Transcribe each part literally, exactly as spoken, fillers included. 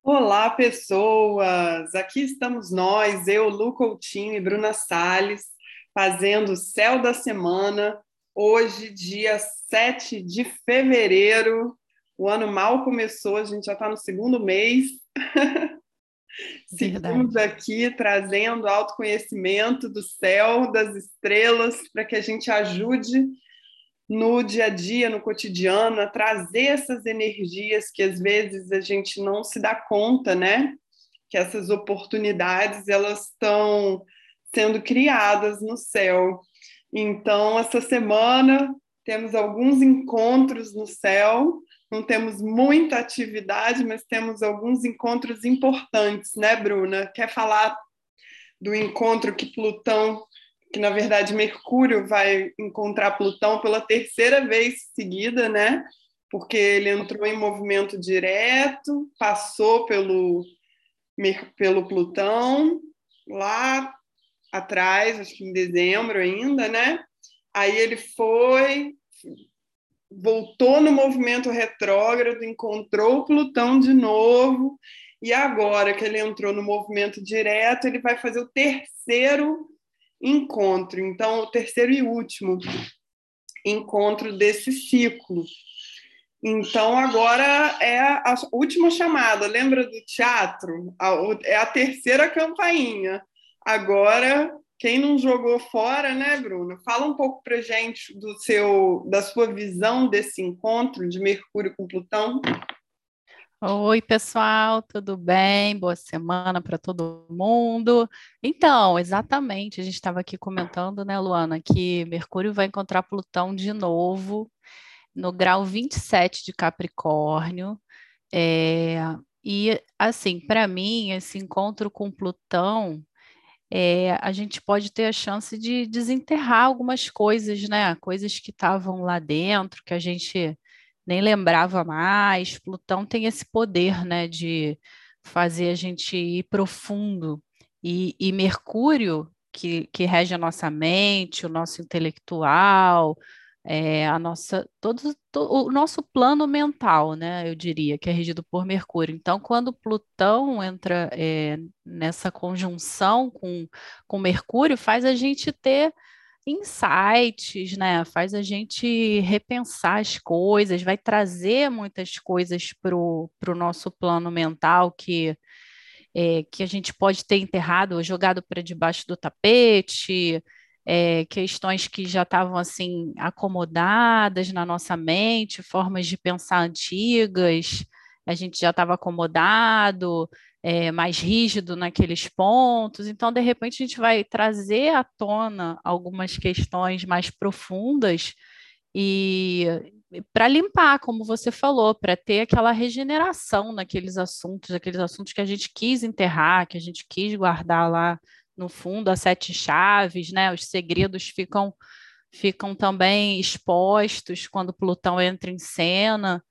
Olá, pessoas! Aqui estamos nós, eu, Lu Coutinho e Bruna Salles, fazendo o Céu da Semana. Hoje, dia sete de fevereiro, o ano mal começou, a gente já está no segundo mês. Seguimos Verdade. aqui trazendo autoconhecimento do céu, das estrelas, para que a gente ajude no dia a dia, no cotidiano, a trazer essas energias que às vezes a gente não se dá conta, né? Que essas oportunidades elas estão sendo criadas no céu. Então, essa semana temos alguns encontros no céu, não temos muita atividade, mas temos alguns encontros importantes, né, Bruna? Quer falar do encontro que Plutão, que na verdade Mercúrio vai encontrar Plutão pela terceira vez seguida, né? Porque ele entrou em movimento direto, passou pelo, pelo Plutão lá atrás, acho que em dezembro ainda, né? Aí ele foi, voltou no movimento retrógrado, encontrou o Plutão de novo, e agora que ele entrou no movimento direto, ele vai fazer o terceiro encontro, então o terceiro e último encontro desse ciclo. Então agora é a última chamada, lembra do teatro? É a terceira campainha. Agora, quem não jogou fora, né, Bruno? Fala um pouco pra gente do seu, da sua visão desse encontro de Mercúrio com Plutão. Oi, pessoal, tudo bem? Boa semana para todo mundo. Então, exatamente, a gente estava aqui comentando, né, Luana, que Mercúrio vai encontrar Plutão de novo no grau vinte e sete de Capricórnio. É, e, assim, para mim, esse encontro com Plutão, é, a gente pode ter a chance de desenterrar algumas coisas, né? Coisas que estavam lá dentro, que a gente nem lembrava mais. Plutão tem esse poder, né, de fazer a gente ir profundo. E, e Mercúrio, que, que rege a nossa mente, o nosso intelectual, é, a nossa, todo, to- o nosso plano mental, né, eu diria, que é regido por Mercúrio. Então, quando Plutão entra, é, nessa conjunção com, com Mercúrio, faz a gente ter insights, né? Faz a gente repensar as coisas, vai trazer muitas coisas para o nosso plano mental que, é, que a gente pode ter enterrado ou jogado para debaixo do tapete, é, questões que já estavam assim acomodadas na nossa mente, formas de pensar antigas, a gente já estava acomodado, é, mais rígido naqueles pontos. Então, de repente, a gente vai trazer à tona algumas questões mais profundas e para limpar, como você falou, para ter aquela regeneração naqueles assuntos, aqueles assuntos que a gente quis enterrar, que a gente quis guardar lá no fundo, as sete chaves, né? Os segredos ficam ficam também expostos quando Plutão entra em cena.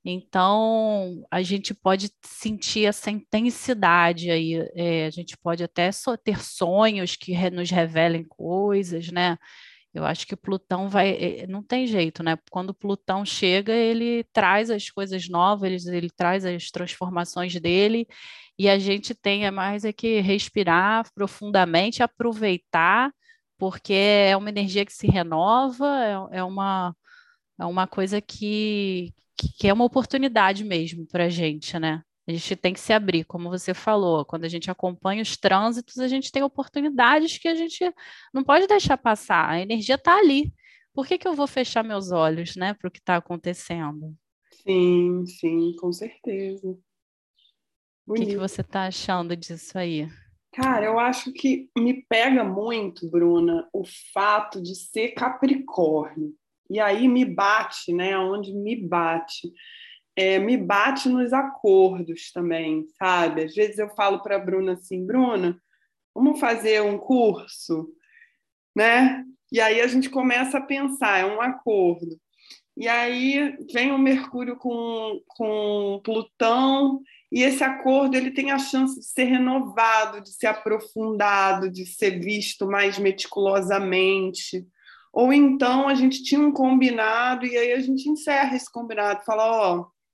Então, a gente pode sentir essa intensidade aí, é, a gente pode até só ter sonhos que re- nos revelem coisas, né? Eu acho que Plutão vai, eh, não tem jeito, né? Quando Plutão chega, ele traz as coisas novas, ele, ele traz as transformações dele, e a gente tem é mais é que respirar profundamente, aproveitar, porque é uma energia que se renova, é, é uma, é uma coisa que, que, que é uma oportunidade mesmo para a gente, né? A gente tem que se abrir, como você falou. Quando a gente acompanha os trânsitos, a gente tem oportunidades que a gente não pode deixar passar. A energia está ali. Por que que eu vou fechar meus olhos, né, para o que está acontecendo? O Sim, sim, com certeza. que que Bonito. você está achando disso aí? Cara, eu acho que me pega muito, Bruna, o fato de ser Capricórnio. E aí me bate, né? Onde me bate. É, me bate nos acordos também, sabe? Às vezes eu falo para a Bruna assim, Bruna, vamos fazer um curso, né? E aí a gente começa a pensar, é um acordo. E aí vem o Mercúrio com, com Plutão, e esse acordo ele tem a chance de ser renovado, de ser aprofundado, de ser visto mais meticulosamente. Ou então a gente tinha um combinado e aí a gente encerra esse combinado, fala, ó,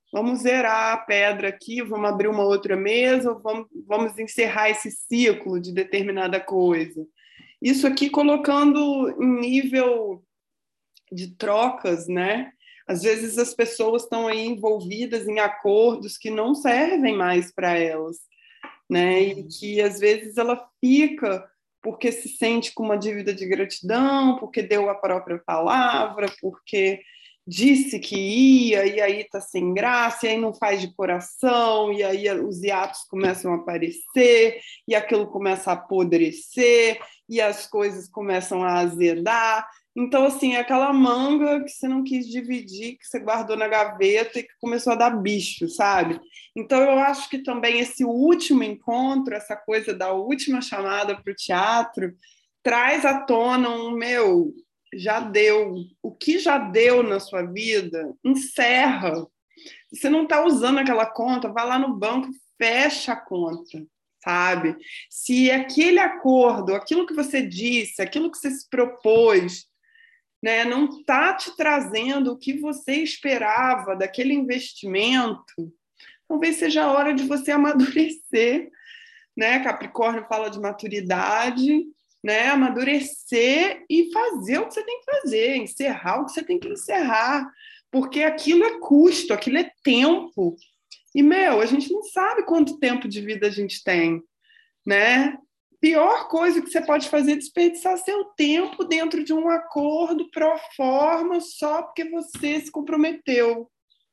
vamos zerar a pedra aqui, vamos abrir uma outra mesa, vamos, vamos encerrar esse ciclo de determinada coisa. Isso aqui colocando em nível de trocas, né? Às vezes as pessoas estão aí envolvidas em acordos que não servem mais para elas, né? E que às vezes ela fica porque se sente com uma dívida de gratidão, porque deu a própria palavra, porque disse que ia, e aí está sem graça, e aí não faz de coração, e aí os hiatos começam a aparecer, e aquilo começa a apodrecer, e as coisas começam a azedar. Então, assim, é aquela manga que você não quis dividir, que você guardou na gaveta e que começou a dar bicho, sabe? Então, eu acho que também esse último encontro, essa coisa da última chamada para o teatro, traz à tona um, meu, já deu. O que já deu na sua vida, encerra. Você não está usando aquela conta, vai lá no banco e fecha a conta, sabe? Se aquele acordo, aquilo que você disse, aquilo que você se propôs, né, não está te trazendo o que você esperava daquele investimento, talvez seja a hora de você amadurecer, né? Capricórnio fala de maturidade, né? Amadurecer e fazer o que você tem que fazer, encerrar o que você tem que encerrar, porque aquilo é custo, aquilo é tempo. E, meu, a gente não sabe quanto tempo de vida a gente tem, né? Pior coisa que você pode fazer é desperdiçar seu tempo dentro de um acordo pro forma só porque você se comprometeu.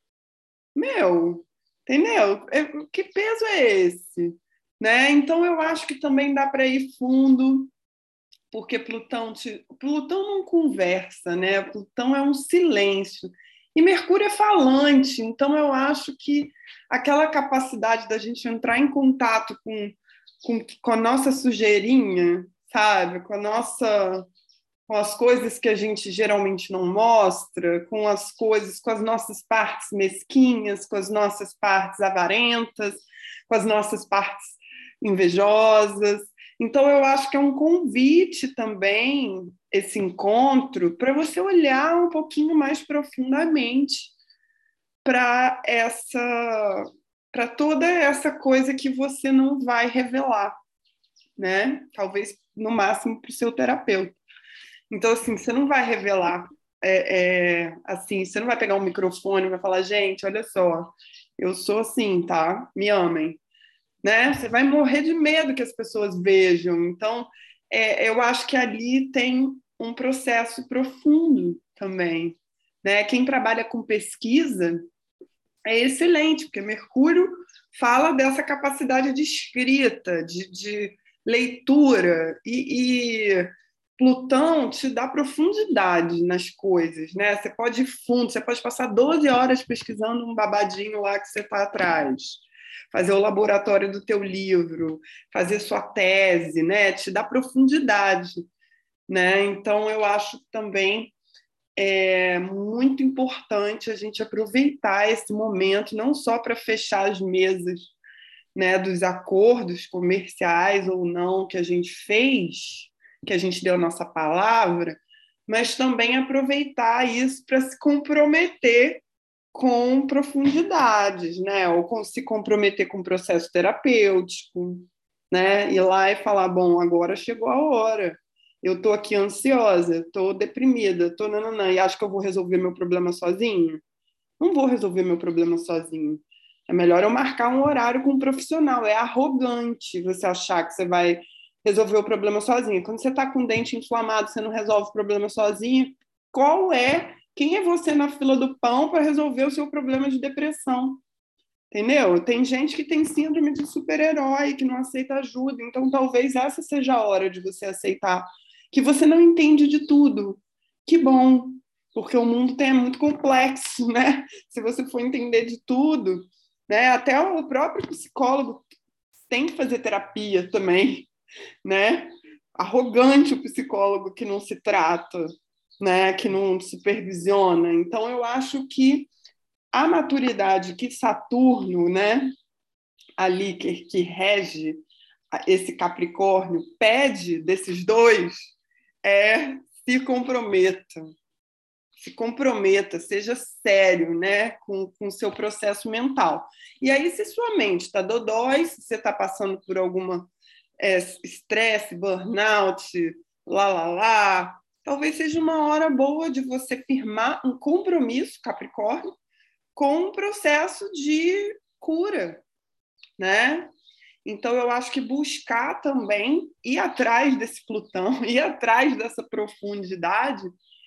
Meu, entendeu? Que peso é esse? Né? Então, eu acho que também dá para ir fundo, porque Plutão, te... Plutão não conversa, né? Plutão é um silêncio. E Mercúrio é falante, então eu acho que aquela capacidade da gente entrar em contato com, com, com a nossa sujeirinha, sabe? Com a nossa, com as coisas que a gente geralmente não mostra, com as coisas, com as nossas partes mesquinhas, com as nossas partes avarentas, com as nossas partes invejosas. Então, eu acho que é um convite também, esse encontro, para você olhar um pouquinho mais profundamente para essa, para toda essa coisa que você não vai revelar, né? Talvez no máximo para o seu terapeuta. Então, assim, você não vai revelar, é, é, assim, você não vai pegar um microfone e vai falar, gente, olha só, eu sou assim, tá? Me amem, né? Você vai morrer de medo que as pessoas vejam. Então, é, eu acho que ali tem um processo profundo também, né? Quem trabalha com pesquisa é excelente, porque Mercúrio fala dessa capacidade de escrita, de, de leitura, e, e Plutão te dá profundidade nas coisas, né? Você pode ir fundo, você pode passar doze horas pesquisando um babadinho lá que você está atrás, fazer o laboratório do teu livro, fazer sua tese, né? Te dá profundidade, né? Então, eu acho também é muito importante a gente aproveitar esse momento, não só para fechar as mesas, né, dos acordos comerciais ou não que a gente fez, que a gente deu a nossa palavra, mas também aproveitar isso para se comprometer com profundidades, né? Ou com, se comprometer com o processo terapêutico, né? Ir lá e falar, bom, agora chegou a hora. Eu estou aqui ansiosa, estou deprimida, estou nananã, e acho que eu vou resolver meu problema sozinho? Não vou resolver meu problema sozinho. É melhor eu marcar um horário com um profissional. É arrogante você achar que você vai resolver o problema sozinho. Quando você está com o dente inflamado, você não resolve o problema sozinho. Qual é? Quem é você na fila do pão para resolver o seu problema de depressão? Entendeu? Tem gente que tem síndrome de super-herói, que não aceita ajuda. Então, talvez essa seja a hora de você aceitar que você não entende de tudo. Que bom, porque o mundo é muito complexo, né? Se você for entender de tudo, né? Até o próprio psicólogo tem que fazer terapia também, né? Arrogante o psicólogo que não se trata, né? Que não supervisiona. Então, eu acho que a maturidade que Saturno, né? Ali que, que rege esse Capricórnio pede desses dois é se comprometam, se comprometa, seja sério, né, com o seu processo mental. E aí, se sua mente está dodói, se você está passando por alguma é, estresse, burnout, lá, lá, lá, talvez seja uma hora boa de você firmar um compromisso, Capricórnio, com um processo de cura, né? Então, eu acho que buscar também, ir atrás desse Plutão, ir atrás dessa profundidade,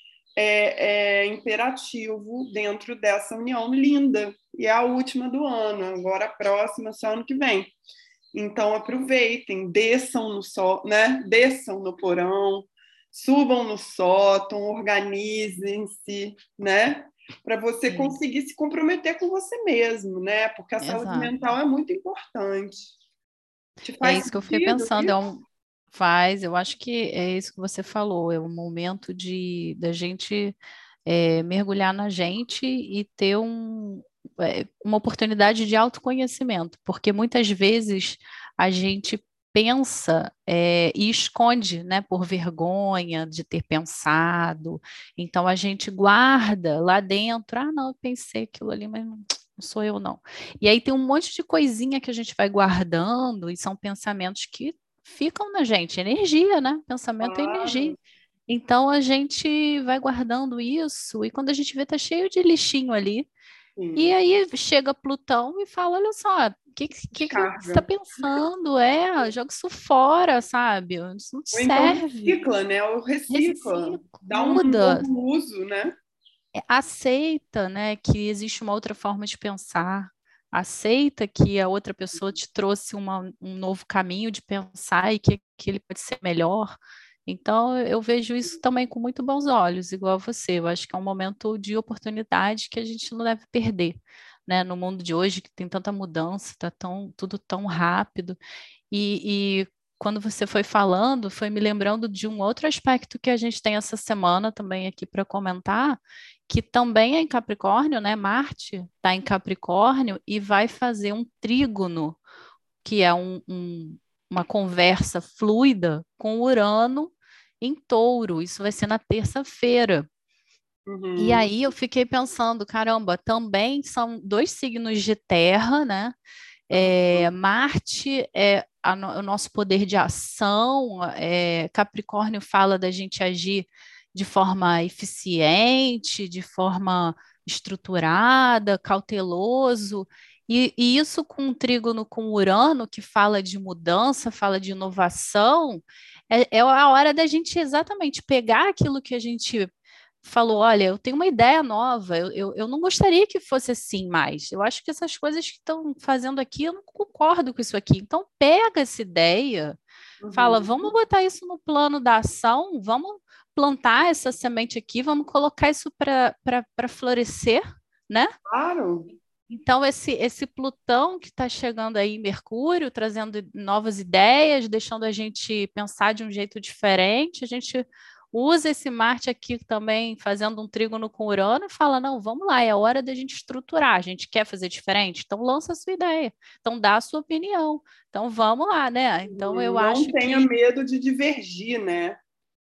é, é imperativo dentro dessa união linda. E é a última do ano, agora a próxima, só ano que vem. Então, aproveitem, desçam no sol, né? Desçam no porão, subam no sótão, organizem-se, né? Para você Sim. conseguir se comprometer com você mesmo, né? Porque a saúde Exato. mental é muito importante. Te É faz isso que eu fiquei sentido pensando, é isso? um, faz, eu acho que é isso que você falou, é o momento de da gente é, mergulhar na gente e ter um, é, uma oportunidade de autoconhecimento, porque muitas vezes a gente pensa é, e esconde, né, por vergonha de ter pensado, então a gente guarda lá dentro, ah, não, eu pensei aquilo ali, mas não, não sou eu, não. E aí tem um monte de coisinha que a gente vai guardando, e são pensamentos que ficam na gente, energia, né? Pensamento é energia. Claro. Então a gente vai guardando isso, e quando a gente vê, tá cheio de lixinho ali. E Sim. aí chega Plutão e fala: olha só, o que, que, que você está Descarga. pensando? É, joga isso fora, sabe? Isso não te Ou então serve. recicla, né? Ou recicla. Recicla, Dá um muda, novo uso, né? é, aceita, né, que existe uma outra forma de pensar, aceita que a outra pessoa te trouxe uma, um novo caminho de pensar e que, que ele pode ser melhor. Então, eu vejo isso também com muito bons olhos, igual você. Eu acho que é um momento de oportunidade que a gente não deve perder, né? No mundo de hoje, que tem tanta mudança, tá tão, tudo tão rápido. E, e quando você foi falando, foi me lembrando de um outro aspecto que a gente tem essa semana também aqui para comentar, que também é em Capricórnio, né? Marte está em Capricórnio e vai fazer um trígono, que é um, um, uma conversa fluida com Urano em Touro. Isso vai ser na terça-feira. E Uhum. aí eu fiquei pensando, caramba, também são dois signos de terra, né? É, Marte é a no- o nosso poder de ação, é, Capricórnio fala da gente agir de forma eficiente, de forma estruturada, cauteloso, e, e isso com um trígono com Urano, que fala de mudança, fala de inovação, é, é a hora da gente exatamente pegar aquilo que a gente falou: olha, eu tenho uma ideia nova, eu, eu, eu não gostaria que fosse assim mais. Eu acho que essas coisas que estão fazendo aqui, eu não concordo com isso aqui. Então, pega essa ideia, fala, Uhum. vamos botar isso no plano da ação, vamos plantar essa semente aqui, vamos colocar isso para florescer, né? Claro. Então, esse, esse Plutão que está chegando aí em Mercúrio, trazendo novas ideias, deixando a gente pensar de um jeito diferente, a gente usa esse Marte aqui também, fazendo um trígono com Urano, e fala: não, vamos lá, é hora da gente estruturar, a gente quer fazer diferente, então lança a sua ideia, então dá a sua opinião, então vamos lá, né? Então, eu Não acho tenha que. medo de divergir, né?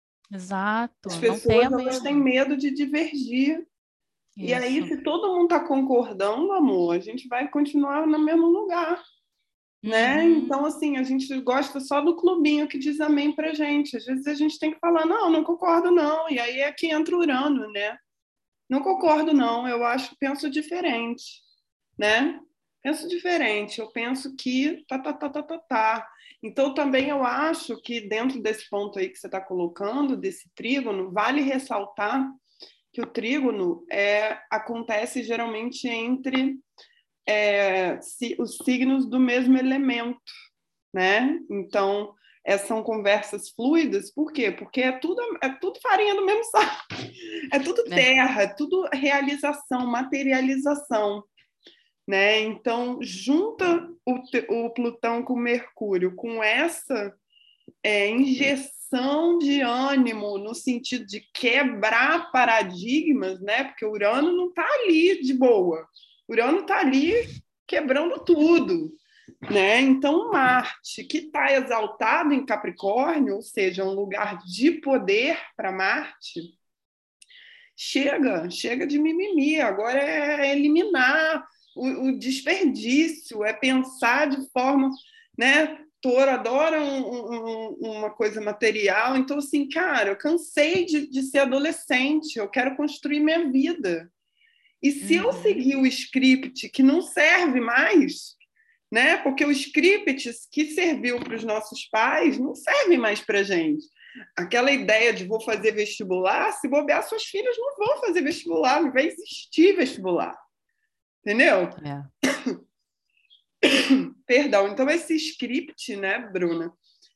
As Exato, não pessoas tenha elas têm medo. medo de divergir. E aí, Isso. se todo mundo está concordando, amor, a gente vai continuar no mesmo lugar, né? Uhum. Então, assim, a gente gosta só do clubinho que diz amém pra gente. Às vezes a gente tem que falar, não, não concordo, não. E aí é que entra o Urano, né? Não concordo, não. Eu acho, penso diferente, né? Penso diferente. Eu penso que tá, tá, tá, tá, tá, tá. Então, também eu acho que dentro desse ponto aí que você está colocando, desse trígono, vale ressaltar que o trígono é, acontece geralmente entre é, si, os signos do mesmo elemento, né? Então, é, são conversas fluidas, por quê? Porque é tudo, é tudo farinha do mesmo saco, é tudo É. terra, é tudo realização, materialização, né? Então, junta o, o Plutão com o Mercúrio com essa é, injeção de ânimo no sentido de quebrar paradigmas, né? Porque o Urano não está ali de boa. O Urano está ali quebrando tudo, né? Então, Marte, que está exaltado em Capricórnio, ou seja, um lugar de poder para Marte, chega, chega de mimimi, agora é eliminar o, o desperdício, é pensar de forma, né? Touro adora um, um, uma coisa material, então assim, cara, eu cansei de, de ser adolescente, eu quero construir minha vida. E se uhum. eu seguir o script que não serve mais, né? Porque o script que serviu para os nossos pais não serve mais para a gente. Aquela ideia de vou fazer vestibular, se bobear, suas filhas não vão fazer vestibular, não vai existir vestibular. Entendeu? É. Perdão. Então, esse script, né, Bruna?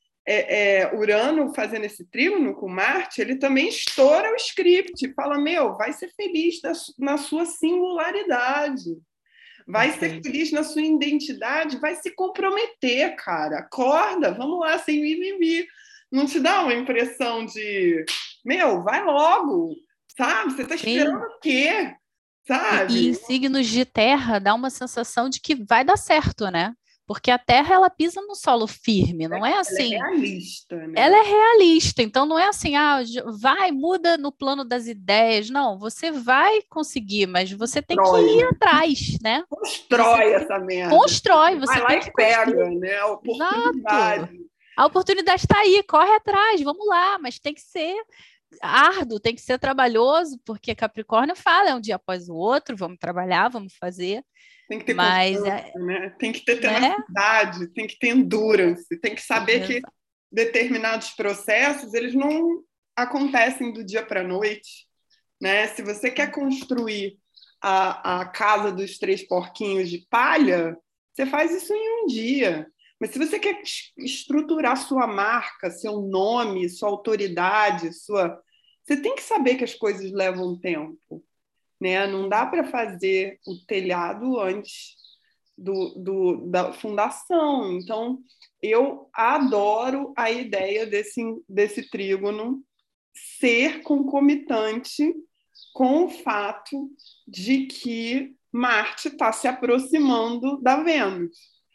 É, é, Urano fazendo esse trígono com Marte, ele também estoura o script, fala, meu, vai ser feliz da, na sua singularidade, vai okay. ser feliz na sua identidade, vai se comprometer, cara, acorda, vamos lá, sem mimimi. Não te dá uma impressão de, meu, vai logo, sabe? Você está esperando o quê? Sabe? E, e em signos de terra dá uma sensação de que vai dar certo, né? Porque a terra, ela pisa no solo firme, não é, é assim... Ela é realista, né? Ela é realista, então não é assim, ah, vai, muda no plano das ideias. Não, você vai conseguir, mas você tem Constrói. que ir atrás, né? Constrói essa merda. Constrói, você vai lá tem e que pega, construir. né? A oportunidade. Exato. A oportunidade está aí, corre atrás, vamos lá, mas tem que ser árduo, tem que ser trabalhoso, porque Capricórnio fala, é um dia após o outro, vamos trabalhar, vamos fazer. Tem que ter mas constância, é, né? Tem que ter tenacidade, né? Tem que ter endurance, tem que saber Exato. que determinados processos, eles não acontecem do dia para a noite, né? Se você quer construir a, a casa dos três porquinhos de palha, você faz isso em um dia. Mas se você quer estruturar sua marca, seu nome, sua autoridade, sua... você tem que saber que as coisas levam tempo. Né? Não dá para fazer o telhado antes do, do, da fundação. Então, eu adoro a ideia desse, desse trígono ser concomitante com o fato de que Marte está se aproximando da Vênus.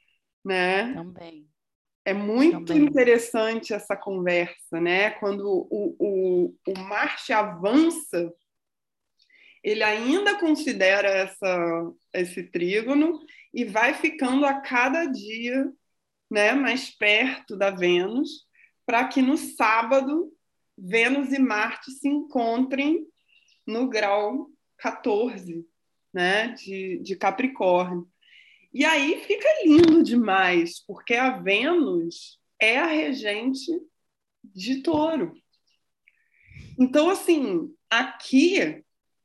Né? Também. É muito Também. interessante essa conversa, né? Quando o, o, o Marte avança, ele ainda considera essa, esse trígono e vai ficando a cada dia, né, mais perto da Vênus, para que no sábado Vênus e Marte se encontrem no grau quatorze, né, de, de Capricórnio. E aí fica lindo demais, porque a Vênus é a regente de Touro. Então, assim, aqui...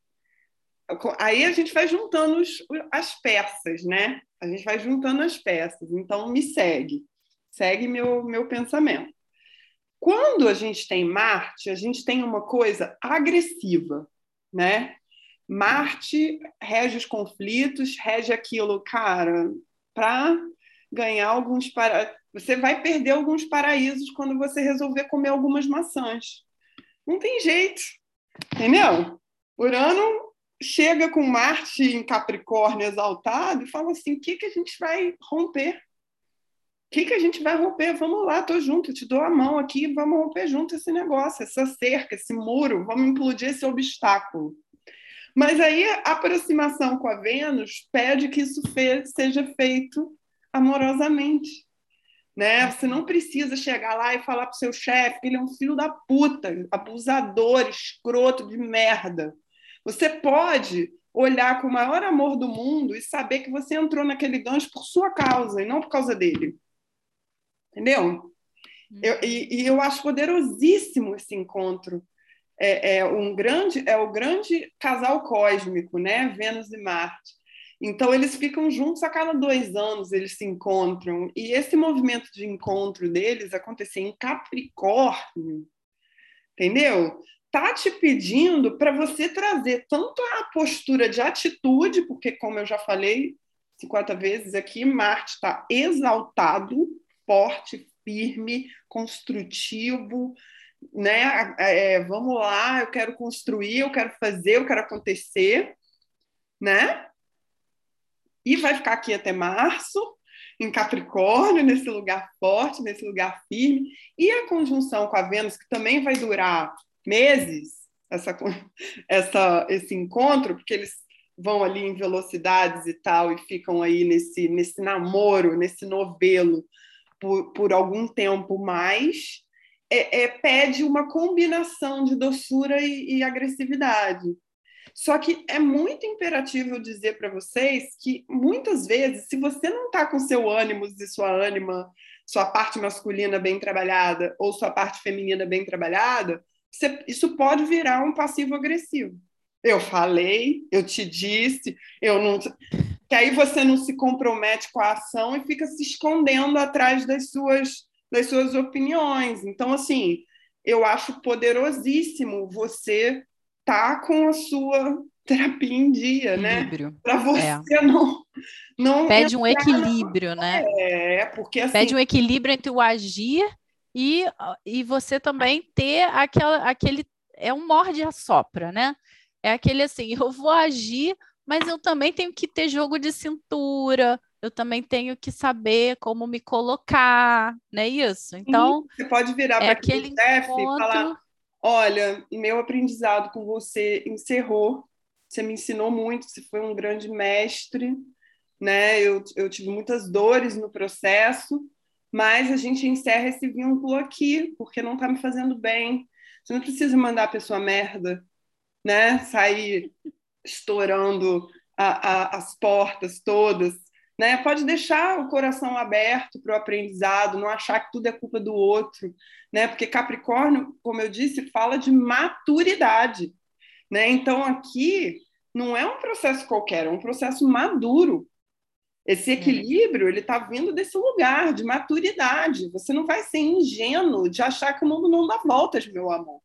Aí a gente vai juntando os, as peças, né? A gente vai juntando as peças. Então, me segue. Segue meu, meu pensamento. Quando a gente tem Marte, a gente tem uma coisa agressiva, né? Marte rege os conflitos, rege aquilo, cara, para ganhar alguns... Para... Você vai perder alguns paraísos quando você resolver comer algumas maçãs. Não tem jeito, entendeu? Urano chega com Marte em Capricórnio exaltado e fala assim, o que, que a gente vai romper? O que, que a gente vai romper? Vamos lá, estou junto, te dou a mão aqui, vamos romper junto esse negócio, essa cerca, esse muro, vamos implodir esse obstáculo. Mas aí a aproximação com a Vênus pede que isso fe- seja feito amorosamente. Né? Você não precisa chegar lá e falar para o seu chefe que ele é um filho da puta, abusador, escroto de merda. Você pode olhar com o maior amor do mundo e saber que você entrou naquele gancho por sua causa e não por causa dele. Entendeu? Uhum. Eu, e, e eu acho poderosíssimo esse encontro. É, é, um grande, é o grande casal cósmico, né? Vênus e Marte. Então, eles ficam juntos a cada dois anos, eles se encontram. E esse movimento de encontro deles acontecer em Capricórnio, entendeu? Tá te pedindo para você trazer tanto a postura de atitude, porque, como eu já falei cinquenta vezes aqui, Marte está exaltado, forte, firme, construtivo, né? É, vamos lá, eu quero construir, eu quero fazer, eu quero acontecer, né? E vai ficar aqui até março, em Capricórnio, nesse lugar forte, nesse lugar firme, e a conjunção com a Vênus, que também vai durar meses, essa, essa, esse encontro, porque eles vão ali em velocidades e tal, e ficam aí nesse, nesse namoro, nesse novelo, por, por algum tempo mais, é, é, pede uma combinação de doçura e, e agressividade. Só que é muito imperativo eu dizer para vocês que, muitas vezes, se você não está com seu ânimo e sua ânima, sua parte masculina bem trabalhada ou sua parte feminina bem trabalhada, você, isso pode virar um passivo-agressivo. Eu falei, eu te disse, eu não... que aí você não se compromete com a ação e fica se escondendo atrás das suas, das suas opiniões. Então, assim, eu acho poderosíssimo você tá com a sua terapia em dia, né? Equilíbrio. Para É. você não não Pede um entrar equilíbrio, na... né? É, porque assim, Pede um equilíbrio entre o agir e, e você também ter aquela, aquele. É um morde-a-sopra, né? É aquele assim, eu vou agir, mas eu também tenho que ter jogo de cintura, eu também tenho que saber como me colocar, não é isso? sim, Então, você pode virar é para aquele aquele chefe e falar: encontro. olha, meu aprendizado com você encerrou, você me ensinou muito, você foi um grande mestre, né? Eu, eu tive muitas dores no processo, mas a gente encerra esse vínculo aqui, porque não está me fazendo bem. Você não precisa mandar a pessoa merda, né? Sair estourando a, a, as portas todas, né? Pode deixar o coração aberto para o aprendizado, não achar que tudo é culpa do outro, né? Porque Capricórnio, como eu disse, fala de maturidade, né? Então aqui não é um processo qualquer, é um processo maduro. Esse É, equilíbrio, ele está vindo desse lugar de maturidade. Você não vai ser ingênuo de achar que o mundo não dá voltas, meu amor.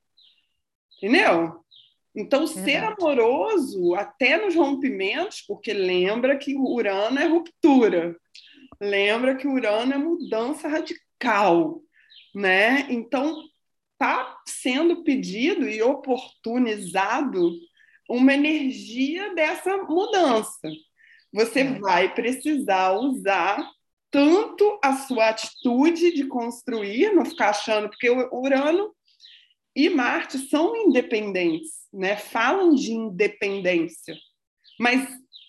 Entendeu? Então, ser verdade. amoroso até nos rompimentos, porque lembra que Urano é ruptura, lembra que Urano é mudança radical, né? Então, está sendo pedido e oportunizado uma energia dessa mudança. Você É, vai precisar usar tanto a sua atitude de construir, não ficar achando, porque o Urano e Marte são independentes, né? Falam de independência, mas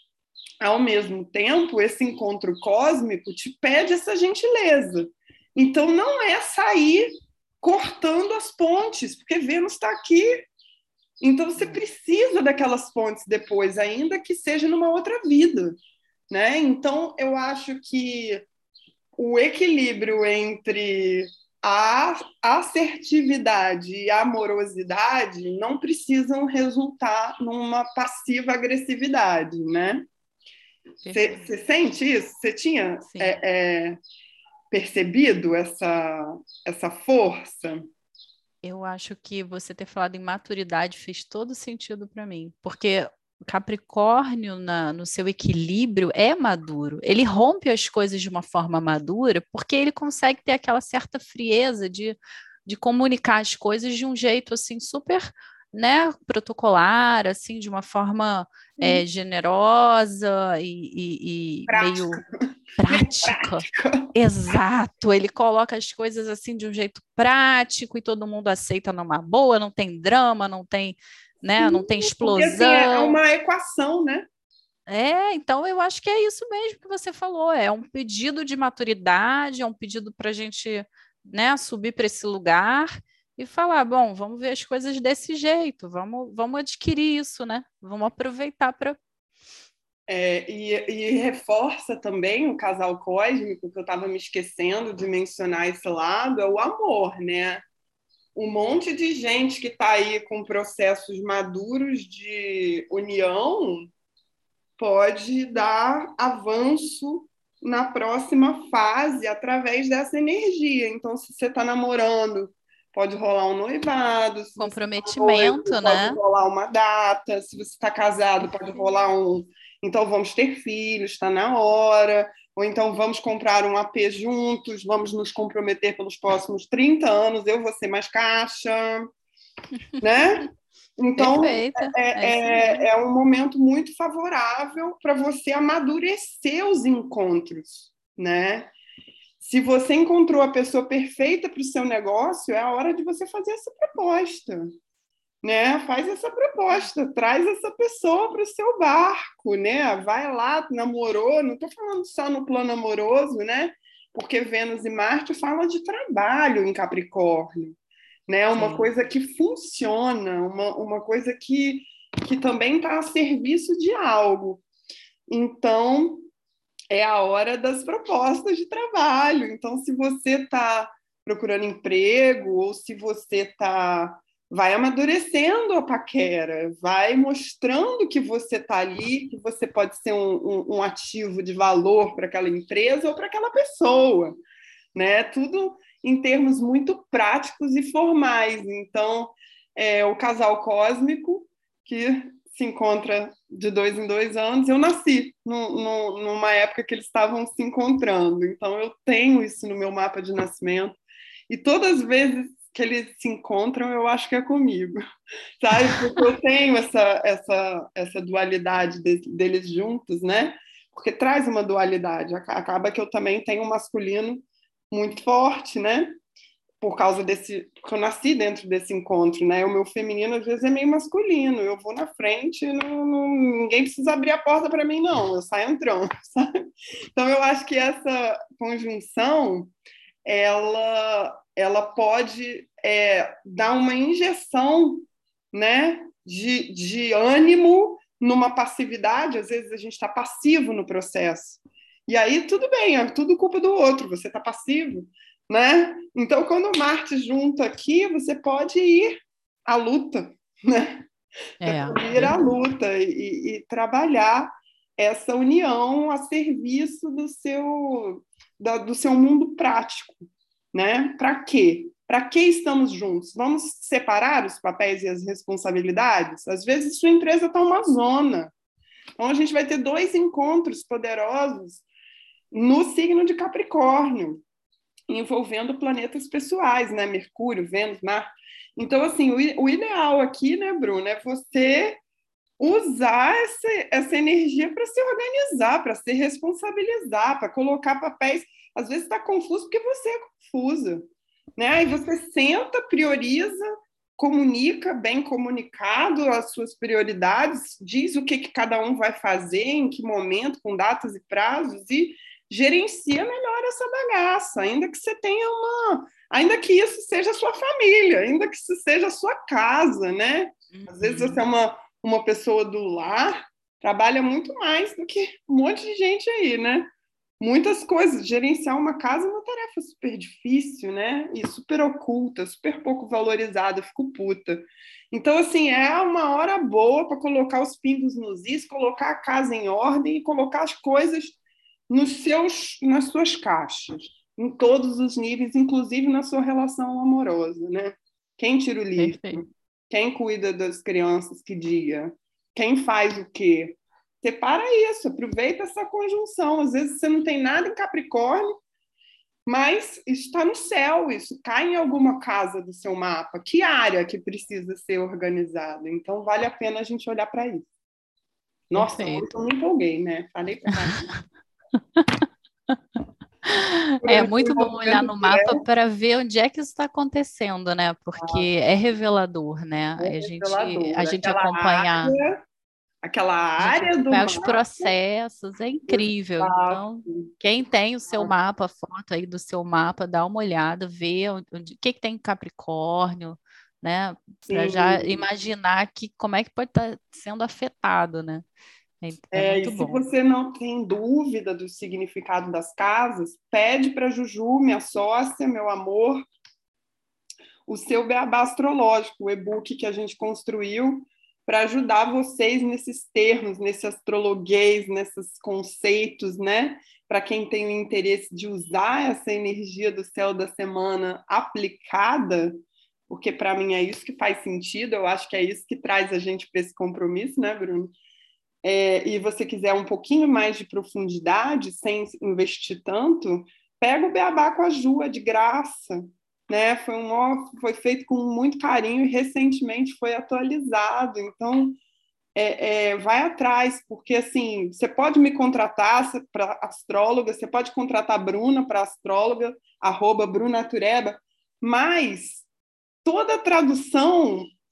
ao mesmo tempo esse encontro cósmico te pede essa gentileza. Então não é sair cortando as pontes, porque Vênus está aqui. Então você é. precisa daquelas pontes depois, ainda que seja numa outra vida, né? Então eu acho que o equilíbrio entre a assertividade e a amorosidade não precisam resultar numa passiva agressividade, né? Perfeito. Você sente isso? Você tinha Sim. é, é, percebido essa, essa força? Eu acho que você ter falado em maturidade fez todo sentido para mim, porque o Capricórnio, na, no seu equilíbrio, é maduro. Ele rompe as coisas de uma forma madura, porque ele consegue ter aquela certa frieza de, de comunicar as coisas de um jeito assim super, né, protocolar, assim, de uma forma é, generosa e, e, e meio Prática, bem prática. prática. Exato, ele coloca as coisas assim de um jeito prático e todo mundo aceita numa boa, não tem drama, não tem, né, Sim, não tem porque assim é explosão. uma equação, né? É, então eu acho que é isso mesmo que você falou, é um pedido de maturidade, é um pedido para a gente, né, subir para esse lugar e falar, bom, vamos ver as coisas desse jeito, vamos, vamos adquirir isso, né? Vamos aproveitar para. É, e, e reforça também o casal cósmico, que eu estava me esquecendo de mencionar esse lado, é o amor, né? Um monte de gente que está aí com processos maduros de união pode dar avanço na próxima fase através dessa energia. Então, se você está namorando, pode rolar um noivado, se você está noivo, Comprometimento, pode né? rolar uma data, se você está casado, pode rolar Perfeito. um. Então, vamos ter filhos, está na hora. Ou então, vamos comprar um A P juntos, vamos nos comprometer pelos próximos trinta anos, eu vou ser mais caixa, né? Então, Perfeita, é isso é, é, mesmo. é um momento muito favorável para você amadurecer os encontros, né? Se você encontrou a pessoa perfeita para o seu negócio, é a hora de você fazer essa proposta, né? Faz essa proposta, traz essa pessoa para o seu barco, né? Vai lá, namorou, não estou falando só no plano amoroso, né? Porque Vênus e Marte fala de trabalho em Capricórnio, né? Uma Sim. coisa que funciona, uma, uma coisa que, que também está a serviço de algo. Então, é a hora das propostas de trabalho. Então, se você está procurando emprego ou se você está... vai amadurecendo a paquera, vai mostrando que você está ali, que você pode ser um, um, um ativo de valor para aquela empresa ou para aquela pessoa, né? Tudo em termos muito práticos e formais. Então, é, o casal cósmico que se encontra de dois em dois anos. Eu nasci no, no, numa época que eles estavam se encontrando, então eu tenho isso no meu mapa de nascimento. E todas as vezes que eles se encontram, eu acho que é comigo, sabe? Porque eu tenho essa, essa, essa dualidade de, deles juntos, né? Porque traz uma dualidade. Acaba que eu também tenho um masculino muito forte, né? Por causa desse... Porque eu nasci dentro desse encontro, né? O meu feminino, às vezes, é meio masculino. Eu vou na frente, não, não, ninguém precisa abrir a porta para mim, não. Eu saio entrando, sabe? Então, eu acho que essa conjunção ela, ela pode é, dar uma injeção, né, de, de ânimo numa passividade. Às vezes a gente está passivo no processo. E aí tudo bem, é tudo culpa do outro, você está passivo, né? Então, quando Marte junta aqui, você pode ir à luta, né? Você É, pode ir à verdade. luta e, e trabalhar essa união a serviço do seu, da, do seu mundo prático, né? Para quê? Para que estamos juntos? Vamos separar os papéis e as responsabilidades? Às vezes sua empresa está uma zona. Então a gente vai ter dois encontros poderosos no signo de Capricórnio, envolvendo planetas pessoais, né? Mercúrio, Vênus, Marte. Então, assim, o, o ideal aqui, né, Bruna, é você usar essa, essa energia para se organizar, para se responsabilizar, para colocar papéis. Às vezes está confuso porque você é confusa, né? Aí você senta, prioriza, comunica bem comunicado as suas prioridades, diz o que, que cada um vai fazer, em que momento, com datas e prazos, e gerencia melhor essa bagaça, ainda que você tenha uma... ainda que isso seja a sua família, ainda que isso seja a sua casa, né? Às vezes você é Uhum. uma, uma pessoa do lar, trabalha muito mais do que um monte de gente aí, né? Muitas coisas. Gerenciar uma casa é uma tarefa super difícil, né? E super oculta, super pouco valorizada, fico puta. Então, assim, é uma hora boa para colocar os pingos nos is, colocar a casa em ordem e colocar as coisas nos seus, nas suas caixas, em todos os níveis, inclusive na sua relação amorosa, né? Quem tira o lixo? Perfeito. Quem cuida das crianças? Que dia? Quem faz o quê? Separa isso, aproveita essa conjunção. Às vezes você não tem nada em Capricórnio, mas isso está no céu, isso cai em alguma casa do seu mapa. Que área que precisa ser organizada? Então, vale a pena a gente olhar para isso. Nossa, hoje Perfeito. eu me empolguei, né? Falei para caramba. É Por muito bom olhar movimento no mapa direto, para ver onde é que isso está acontecendo, né? Porque é revelador, né? A é gente, a revelador. gente Aquela acompanhar, área, aquela a gente área do acompanhar os mapa. processos é incrível. Exato. Então, quem tem o seu mapa, a foto aí do seu mapa, dá uma olhada, vê onde, onde- o que que tem em Capricórnio, né? Para já Sim. imaginar que como é que pode estar sendo afetado, né? É, é É, e muito se bom. você não tem dúvida do significado das casas, pede para a Juju, minha sócia, meu amor, o seu beabá astrológico, o e-book que a gente construiu para ajudar vocês nesses termos, nesse astrologuês, nesses conceitos, né? Para quem tem o interesse de usar essa energia do céu da semana aplicada, porque para mim é isso que faz sentido, eu acho que é isso que traz a gente para esse compromisso, né, Bruno? É, e você quiser um pouquinho mais de profundidade, sem investir tanto, pega o Beabá com a Ju, é de graça. Né? Foi, um, foi feito com muito carinho e recentemente foi atualizado. Então, é, é, vai atrás, porque assim, você pode me contratar para astróloga, você pode contratar a Bruna para astróloga, arroba Bruna Tureba, mas toda tradução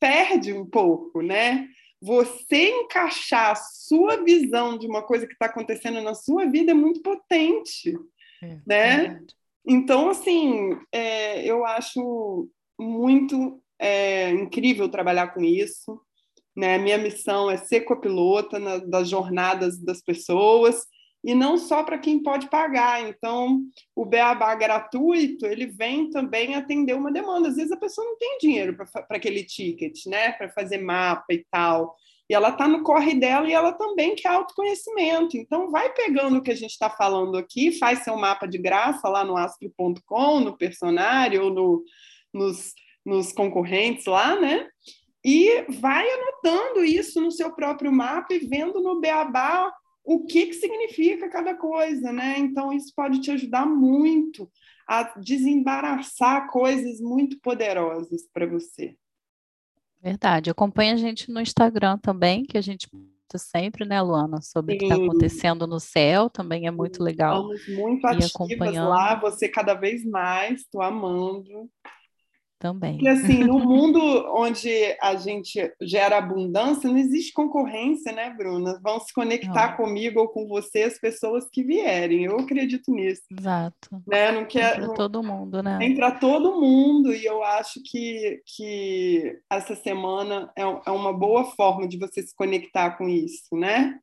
perde um pouco, né? Você encaixar a sua visão de uma coisa que está acontecendo na sua vida é muito potente, É, né? verdade. Então, assim, é, eu acho muito é, incrível trabalhar com isso, né? Minha missão é ser copilota na, das jornadas das pessoas e não só para quem pode pagar. Então, o Beabá gratuito, ele vem também atender uma demanda. Às vezes a pessoa não tem dinheiro para aquele ticket, né? Para fazer mapa e tal. E ela está no corre dela e ela também quer autoconhecimento. Então, vai pegando o que a gente está falando aqui, faz seu mapa de graça lá no astro ponto com, no Personário ou no, nos, nos concorrentes lá, né? E vai anotando isso no seu próprio mapa e vendo no Beabá o que, que significa cada coisa, né? Então, isso pode te ajudar muito a desembaraçar coisas muito poderosas para você. Verdade. Acompanha a gente no Instagram também, que a gente posta sempre, né, Luana, sobre o que está Sim, acontecendo no céu, também é muito legal estamos muito ir ativas lá, acompanhando você cada vez mais, estou amando. Porque, também. assim, no mundo onde a gente gera abundância, não existe concorrência, né, Bruna? Vão se conectar Não, comigo ou com você as pessoas que vierem. Eu acredito nisso, exato. né? Não Tem quer, para não, todo mundo, né? tem para todo mundo e eu acho que, que essa semana é, é uma boa forma de você se conectar com isso, né?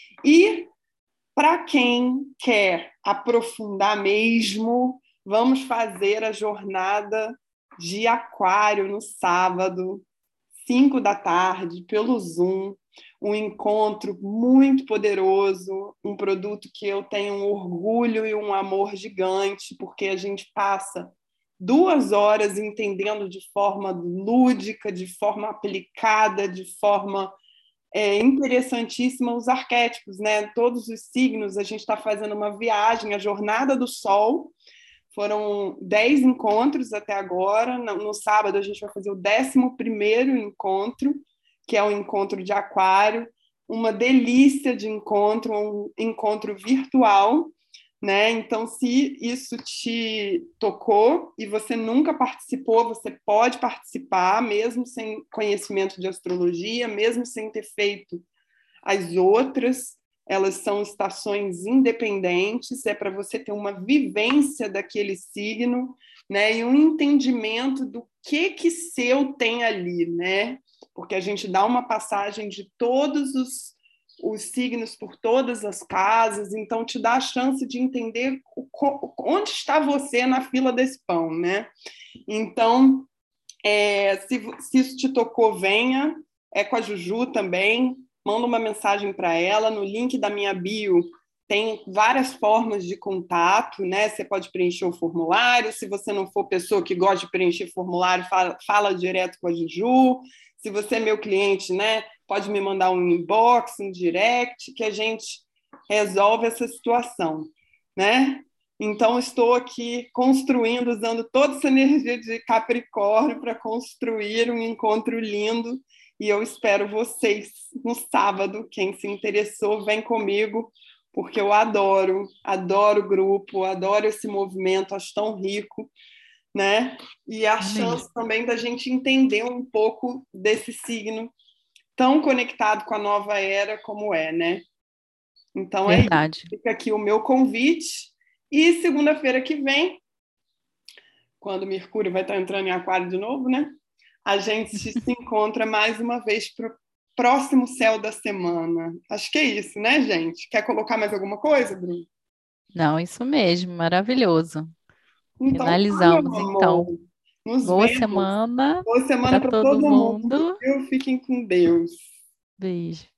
E para quem quer aprofundar mesmo, vamos fazer a jornada de Aquário no sábado, cinco da tarde, pelo Zoom. Um encontro muito poderoso, um produto que eu tenho um orgulho e um amor gigante, porque a gente passa duas horas entendendo de forma lúdica, de forma aplicada, de forma é interessantíssima os arquétipos, né? Todos os signos, a gente está fazendo uma viagem, a jornada do Sol. Foram dez encontros até agora. No sábado, a gente vai fazer o décimo primeiro encontro, que é o encontro de Aquário. Uma delícia de encontro, um encontro virtual, né? Então, se isso te tocou e você nunca participou, você pode participar, mesmo sem conhecimento de astrologia, mesmo sem ter feito as outras. Elas são estações independentes, é para você ter uma vivência daquele signo, né? E um entendimento do que que seu tem ali, né? Porque a gente dá uma passagem de todos os os signos por todas as casas, então te dá a chance de entender o, onde está você na fila desse pão, né? Então, é, se, se isso te tocou, venha, é com a Juju também, manda uma mensagem para ela, no link da minha bio tem várias formas de contato, né? Você pode preencher o formulário, se você não for pessoa que gosta de preencher formulário, fala, fala direto com a Juju, se você é meu cliente, né? Pode me mandar um inbox, um direct, que a gente resolve essa situação, né? Então, estou aqui construindo, usando toda essa energia de Capricórnio para construir um encontro lindo. E eu espero vocês no sábado. Quem se interessou, vem comigo, porque eu adoro, adoro o grupo, adoro esse movimento, acho tão rico, né? E a É chance mesmo. também da gente entender um pouco desse signo tão conectado com a nova era como é, né? Então é isso. Verdade. Fica aqui o meu convite. E segunda-feira que vem, quando Mercúrio vai estar entrando em Aquário de novo, né? A gente se encontra mais uma vez para o próximo céu da semana. Acho que é isso, né, gente? Quer colocar mais alguma coisa, Bruno? Não, isso mesmo, maravilhoso. Então, tá, meu Finalizamos, então. amor. Nos Boa vemos. semana Boa semana para para todo todo mundo, mundo. viu? Fiquem com Deus. Beijo.